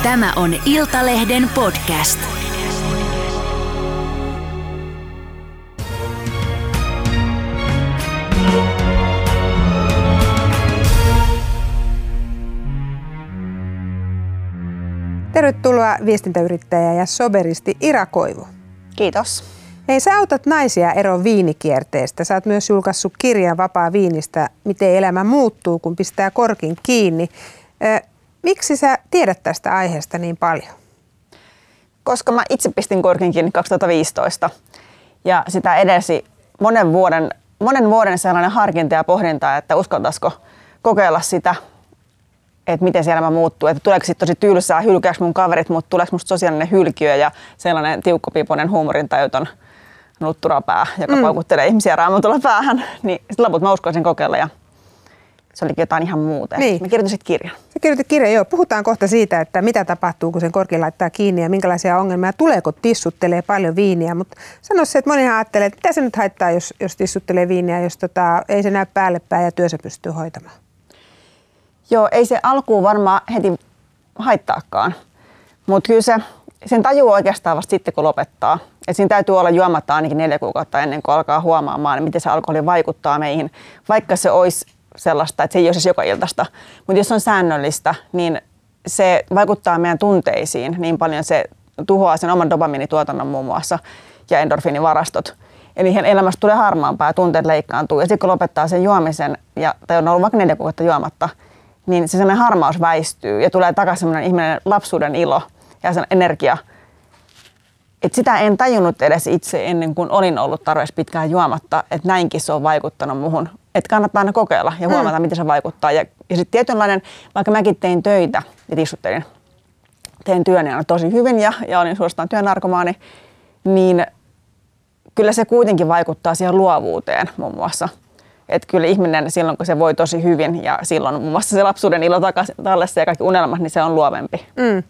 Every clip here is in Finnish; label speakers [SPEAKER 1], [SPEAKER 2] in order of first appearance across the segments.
[SPEAKER 1] Tämä on Iltalehden podcast.
[SPEAKER 2] Tervetuloa viestintäyrittäjä ja soberisti Ira Koivu.
[SPEAKER 3] Kiitos.
[SPEAKER 2] Hei, sä autat naisia eroon viinikierteestä. Sä oot myös julkaissut kirjan Vapaa viinistä, miten elämä muuttuu, kun pistää korkin kiinni. Miksi sä tiedät tästä aiheesta niin paljon?
[SPEAKER 3] Koska mä itse pistin korkin kiinni 2015 ja sitä edelsi monen vuoden sellainen harkinta ja pohdinta, että uskaltaisiko kokeilla sitä, että miten se elämä muuttuu. Että tuleeko sitten tosi tylsää, hylkääkö mun kaverit, mutta tuleeko musta sosiaalinen hylkiö ja sellainen tiukkopiipoinen huumorintajuton nutturapää, joka paukuttelee ihmisiä raamatulla päähän. Niin sitten loput mä uskalsin kokeilla ja se olikin jotain ihan muuta.
[SPEAKER 2] Niin.
[SPEAKER 3] Mä kirjoitin sitten kirjan.
[SPEAKER 2] Sä kirjoitit kirjan, joo. Puhutaan kohta siitä, että mitä tapahtuu, kun sen korkin laittaa kiinni ja minkälaisia ongelmia. Tuleeko tissuttelee paljon viiniä, mutta sano se, että monihan ajattelee, että mitä se nyt haittaa, jos tissuttelee viiniä, jos ei se näy päälle päin ja työssä pystyy hoitamaan.
[SPEAKER 3] Joo, ei se alkuun varmaan heti haittaakaan, mutta kyllä sen tajuu oikeastaan vasta sitten, kun lopettaa. Et siinä täytyy olla juomatta ainakin 4 kuukautta ennen kuin alkaa huomaamaan, miten se alkoholi vaikuttaa meihin, vaikka se olisi sellaista, että se ei ole siis joka iltaista. Mutta jos on säännöllistä, niin se vaikuttaa meidän tunteisiin niin paljon, se tuhoaa sen oman dopamiinituotannon muun muassa ja endorfiinivarastot. Eli elämästä tulee harmaampaa ja tunteet leikkaantuu. Ja sitten kun lopettaa sen juomisen, tai on ollut vaikka 4 kuukautta juomatta, niin se sellainen harmaus väistyy ja tulee takaisin sellainen ihminen lapsuuden ilo ja sen energia. Et sitä en tajunnut edes itse ennen kuin olin ollut tarpeeksi pitkään juomatta, että näinkin se on vaikuttanut muhun. Että kannattaa aina kokeilla ja huomata, miten se vaikuttaa. Ja sitten tietynlainen, vaikka mäkin tein töitä ja tissuttelin, tein työni aina tosi hyvin ja olin suorastaan työnarkomaani, niin kyllä se kuitenkin vaikuttaa siihen luovuuteen muun muassa. Että kyllä ihminen silloin, kun se voi tosi hyvin ja silloin muun muassa se lapsuuden ilo tallessa ja kaikki unelmat, niin se on luovempi.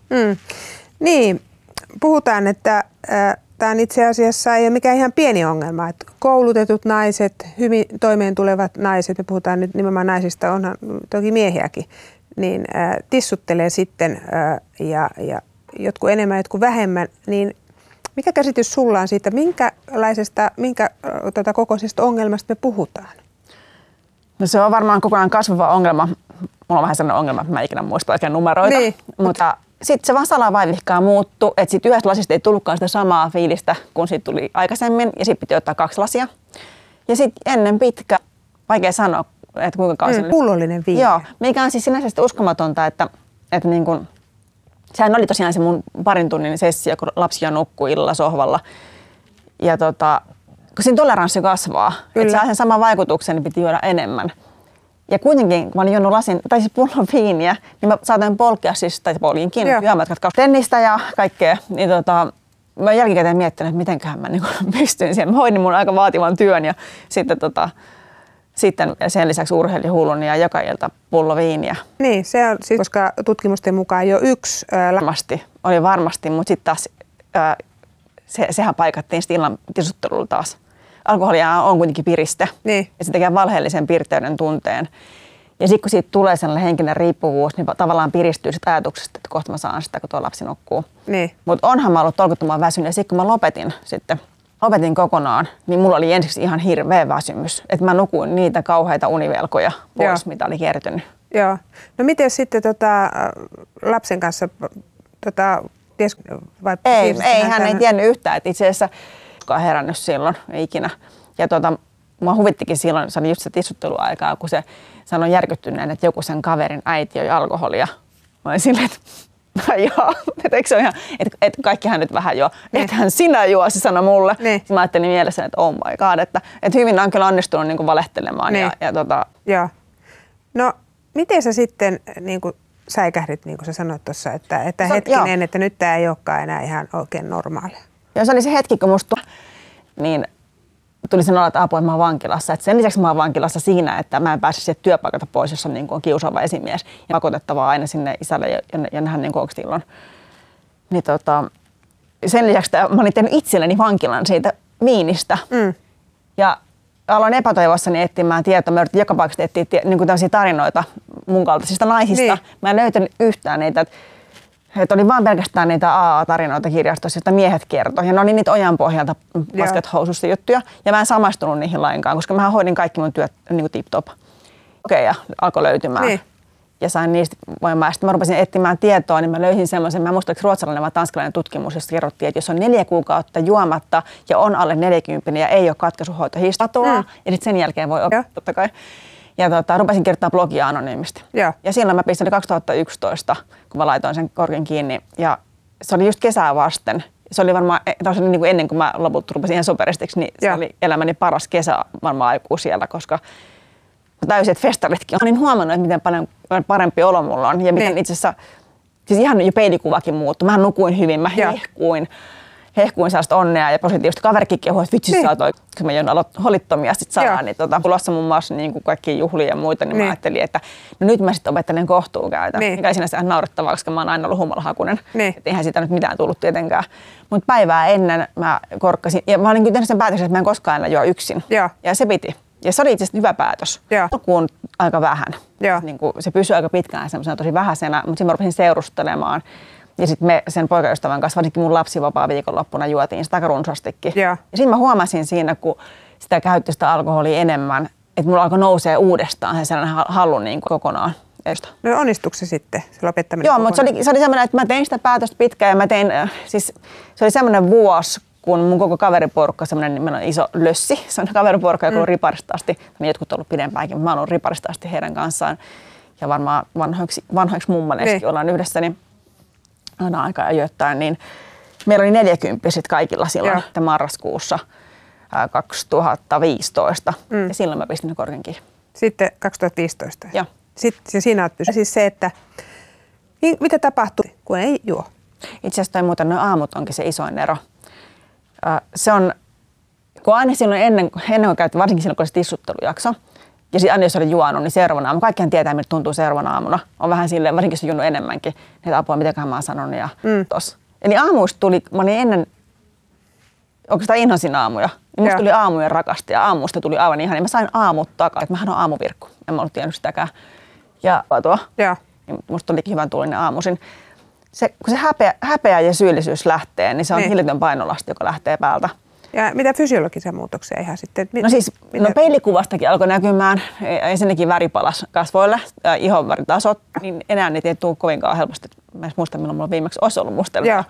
[SPEAKER 2] Niin, puhutaan, että tämä on itse asiassa ei ole mikään ihan pieni ongelma. Että koulutetut naiset, hyvin toimeen tulevat naiset, me puhutaan nyt nimenomaan naisista, onhan toki miehiäkin, niin tissuttelee sitten ja jotkut enemmän, jotkut vähemmän, niin mikä käsitys sulla on siitä, minkä kokoisesta ongelmasta me puhutaan?
[SPEAKER 3] No se on varmaan kokonaan kasvava ongelma. Mulla on vähän sellainen ongelma, että mä ikinä muista oikein numeroita.
[SPEAKER 2] Niin.
[SPEAKER 3] Mutta sitten se vaan salavaivihkaa muuttui, että sitten yhdestä lasista ei tullutkaan sitä samaa fiilistä, kun siitä tuli aikaisemmin. Ja sitten piti ottaa 2 lasia. Ja sitten ennen pitkä, vaikea sanoa, että kuinka kauan
[SPEAKER 2] pullollinen viini.
[SPEAKER 3] Joo, mikä on siis sinänsä uskomatonta, että niin kun, sehän oli tosiaan se mun parin tunnin sessio, kun lapsi jo nukkui illalla sohvalla. Ja kun siinä toleranssi kasvaa, että saa sen saman vaikutuksen, niin piti juoda enemmän. Ja kuitenkin, kun mä olin juonut pullon viiniä, niin mä saatoin polkea siis, tai polkinkin, työmatkat tennistä ja kaikkea. Niin mä jälkikäteen miettinyt, että mitenköhän mä niin pystyin siihen. Mä hoidin mun aika vaativan työn ja sitten sen lisäksi urheilin hullun ja joka ilta pullo viiniä.
[SPEAKER 2] Niin, se on siis, koska tutkimusten mukaan jo yksi...
[SPEAKER 3] Oli varmasti, mutta sitten taas sehän paikattiin sitten illan tisuttelulla taas. Alkoholia on kuitenkin piriste
[SPEAKER 2] niin.
[SPEAKER 3] Ja se tekee valheellisen pirteyden tunteen. Ja sitten kun siitä tulee sellainen henkinen riippuvuus, niin tavallaan piristyy sitä ajatuksesta, että kohta mä saan sitä, kun tuo lapsi nukkuu.
[SPEAKER 2] Niin.
[SPEAKER 3] Mutta onhan mä ollut tolkuttoman väsynyt ja sitten kun mä lopetin kokonaan, niin mulla oli ensiksi ihan hirveä väsymys. Että mä nukuin niitä kauheita univelkoja pois, mitä oli kertynyt.
[SPEAKER 2] Joo. No miten sitten lapsen kanssa,
[SPEAKER 3] Ei, hän ei tiennyt yhtään, että itse asiassa kukaan herännyt silloin, ei ikinä. Ja mua huvittikin silloin, se oli just se tissutteluaikaa, kun se sanoi järkyttyneen, että joku sen kaverin äiti joi alkoholia. Mä olin silleen, että joo, että eikö se ole ihan, että kaikkihan nyt vähän juo. Ethän sinä juo, se sanoi mulle. Mä ajattelin mielessä, että oh my god, että hyvin on kyllä onnistunut niin kuin valehtelemaan.
[SPEAKER 2] Joo. No, miten sä sitten niin kuin säikähdit, niin kuin sä sanoit tuossa, että hetkinen, että nyt tää ei olekaan enää ihan oikein normaalia?
[SPEAKER 3] Joo, se oli se hetki, kun musta niin tuli sen olla, että apua, että mä oon vankilassa. Et sen lisäksi mä oon vankilassa siinä, että mä en pääse sieltä työpaikalta pois, jos on, niin on kiusaava esimies. Ja pakotettavaa aina sinne isälle ja nähdä niin onko silloin. Niin sen lisäksi mä olin tehnyt itselleni vankilan siitä viinistä. Ja aloin epätoivossani etsimään tietoa. Mä yritin joka paikasta etsiä niin tämmöisiä tarinoita mun kaltaisista naisista. Niin. Mä en löytänyt yhtään niitä. Että oli vaan pelkästään niitä AA-tarinoita kirjastossa, joita miehet kertoi. Ja ne oli niitä ojan pohjalta paskat housussa juttuja. Ja mä en samaistunut niihin lainkaan, koska mä hoidin kaikki mun työt niin kuin tip-top. Okei, ja alkoi löytymään. Niin. Ja sain niistä voimaa. Sitten mä rupesin etsimään tietoa, niin mä löysin semmoisen, mä en muista, ruotsalainen vai tanskalainen tutkimus, jossa kerrottiin, että jos on 4 kuukautta juomatta ja on alle 40 ja ei ole katkaisuhoitohistoria, ja sitten sen jälkeen voi oppia totta kai. Ja rupesin kirjoittamaan blogia anonyymisti. Ja silloin mä pistin 2011, kun mä laitoin sen korkin kiinni. Ja se oli just kesää vasten. Se oli varmaan, niin kuin ennen kuin mä lopulta rupesin ihan soperistiksi, niin se oli elämäni paras kesä varmaan aikuu siellä, koska täyset festaritkin. Olin huomannut, että miten paljon parempi olo mulla on. Ja miten itse asiassa, siis ihan jo peilikuvakin muuttui. Mä nukuin hyvin, mä hehkuin sellaista onnea ja positiivista. Kaverikin kehui, että vitsi sä oot oikein. Kun mä join holittomia sit salaa, niin tulossa muun muassa niin kuin kaikkia juhlia ja muita, niin mä ajattelin, että no nyt mä sitten opettelen kohtuukäytä. Mikä ei sinänsä ihan naurettavaa, koska mä oon aina ollut humalahakunen. Että eihän siitä nyt mitään tullut tietenkään. Mutta päivää ennen mä korkkasin. Ja mä olin tehnyt sen päätöksen, että mä en koskaan enää juo yksin. Ja se piti. Ja se oli itse asiassa hyvä päätös. Alkuun aika vähän. Niin kuin se pysyi aika pitkään semmoisena tosi vähäisenä, mutta sitten mä rupesin seurustelemaan. Ja sitten me sen poikaystävän kanssa, varsinkin mun lapsivapaa viikonloppuna, juotiin sitä aika runsastikin. Ja sitten mä huomasin siinä, kun sitä käytti sitä alkoholia enemmän, että mulla alkoi nousee uudestaan se sellainen halu niin kuin kokonaan.
[SPEAKER 2] No onnistuiko se sitten, se lopettaminen?
[SPEAKER 3] Joo, mutta se oli semmoinen, että mä tein sitä päätöstä pitkään ja mä tein, siis se oli semmoinen vuosi, kun mun koko kaveriporukka, semmoinen meillä on iso lössi, se on kaveriporukka, joka on riparista asti, jotkut on ollut pidempäänkin, mutta mä oon ollut riparista asti heidän kanssaan ja varmaan vanhoiksi mummaleiksi ollaan yhdessä, niin aina aikaa ajoittain, niin meillä oli 40 kaikilla silloin marraskuussa 2015 ja silloin mä pistin korkin kiinni.
[SPEAKER 2] Sitten 2015?
[SPEAKER 3] Joo.
[SPEAKER 2] Sitten siinä olet pysynyt. Siis se, että mitä tapahtuu, kun ei juo?
[SPEAKER 3] Itse asiassa toi muuten, aamut onkin se isoin ero. Se on, kun aina silloin ennen kuin käytiin, varsinkin silloin kun oli se tissuttelujakso, ja sitten aina jos oli juonut, niin seuraavana aamuna, kaikkihan tietää, miltä tuntuu seuraavana aamuna. On vähän silleen, varsinkin jos on juonut enemmänkin, niin apua, mitenköhän mä oon sanonut ja tossa. Eli aamuista tuli, mä olin ennen, oikeastaan inhosin aamuja, niin musta tuli aamujen rakasta ja aamusta tuli aivan ihan, niin mä sain aamut takaa, että mähän on aamuvirkku, en mä ollut tiennyt sitäkään. Ja niin musta olikin hyvän tuulinen aamuisin. Kun se häpeä ja syyllisyys lähtee, niin se on hillitön painolasti, joka lähtee päältä.
[SPEAKER 2] Ja mitä fysiologisia muutoksia ihan sitten?
[SPEAKER 3] No peilikuvastakin alkoi näkymään, ensinnäkin väripalas kasvoille, ihonväritasot, niin enää niitä ei tule kovinkaan helposti. Mä en muista, milloin mulla viimeksi olisi ollut mustelmaa.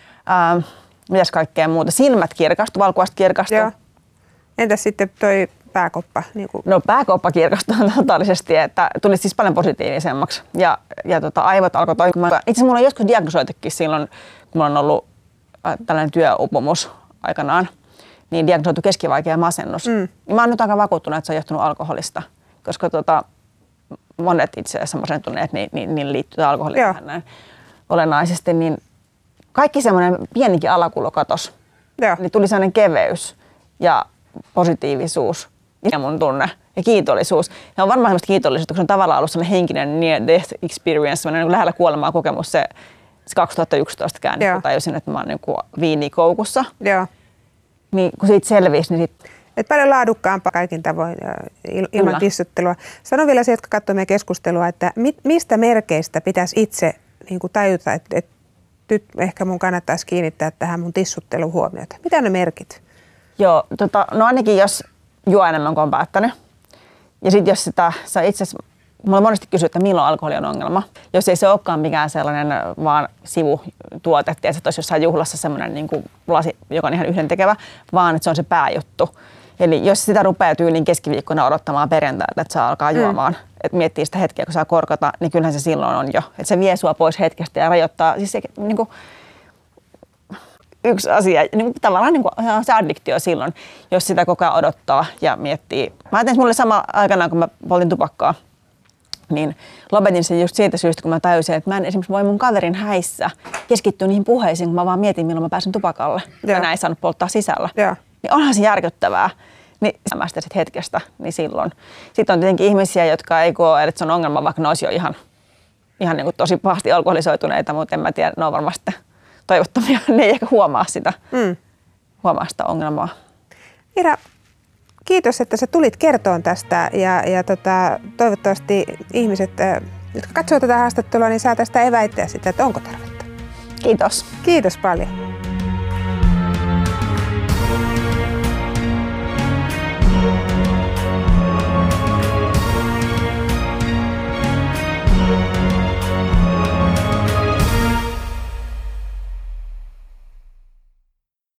[SPEAKER 3] Mitäs kaikkea muuta? Silmät kirkastu, valkuaiset kirkastu.
[SPEAKER 2] Entäs sitten toi pääkoppa?
[SPEAKER 3] No pääkoppa kirkastui totaalisesti, että tuli siis paljon positiivisemmaksi. Ja aivot alkoi toimimaan. Itse asiassa mulla on joskus diagnosoitukin silloin, kun mulla on ollut tällainen työuupumus aikanaan, niin diagnosoitu keskivaikea masennus. Mä oon nyt aika vakuuttunut, että se on johtunut alkoholista, koska monet itse asiassa masentuneet, niin liittyy alkoholiin näin olennaisesti. Niin kaikki semmoinen pienikin alakulo katosi, niin tuli sellainen keveys ja positiivisuus ja mun tunne ja kiitollisuus. Ja on varmaan semmoista kiitollisuutta, kun se on tavallaan ollut sellainen henkinen near death experience, sellainen niin lähellä kuolemaa kokemus se 2011 käänne, kun tajusin, että mä oon niin viinikoukussa. Niin kun siitä selvisi, niin
[SPEAKER 2] et paljon laadukkaampaa kaikin tavoin ilman tissuttelua. Sano vielä se, jotka katsoo meidän keskustelua, että mistä merkeistä pitäisi itse niin kuin tajuta, että nyt ehkä mun kannattaisi kiinnittää tähän mun tissuttelun huomiota. Mitä ne merkit?
[SPEAKER 3] Joo, no ainakin jos juo enemmän kuin on päättänyt. Ja sitten jos sitä, itse asiassa, mulla monesti kysyy, että milloin alkoholi on ongelma. Jos ei se olekaan mikään sellainen vaan sivutuote, että se olisi jossain juhlassa sellainen niin kuin lasi, joka on ihan yhdentekevä, vaan että se on se pääjuttu. Eli jos sitä rupeaa tyyliin keskiviikkona odottamaan perjantailta, että saa alkaa juomaan, että miettii sitä hetkeä, kun saa korkata, niin kyllähän se silloin on jo. Että se vie sua pois hetkestä ja rajoittaa. Siis se, niin kuin, yksi asia, niin tavallaan niin kuin, se addiktio silloin, jos sitä koko ajan odottaa ja miettii. Mä ajattelin, että mulle sama aikana, kun mä poltin tupakkaa, niin lopetin sen just siitä syystä, kun mä tajusin, että mä en esimerkiksi voi mun kaverin häissä keskittyä niihin puheisiin, kun mä vaan mietin, milloin mä pääsen tupakalle. Mä näin saanut polttaa sisällä. Niin onhan se järkyttävää. Niin sitä sit hetkestä, niin silloin. Sitten on tietenkin ihmisiä, jotka ei koe, että se on ongelma, vaikka ne olisi jo ihan niin kuin tosi pahasti alkoholisoituneita, mutta en mä tiedä, ne on varmasti toivottomia. Ne ei ehkä huomaa sitä ongelmaa.
[SPEAKER 2] Ira, kiitos, että sä tulit kertoon tästä ja toivottavasti ihmiset, jotka katsoo tätä haastattelua, niin saa tästä eväittää sitä, että onko tarvetta.
[SPEAKER 3] Kiitos.
[SPEAKER 2] Kiitos paljon.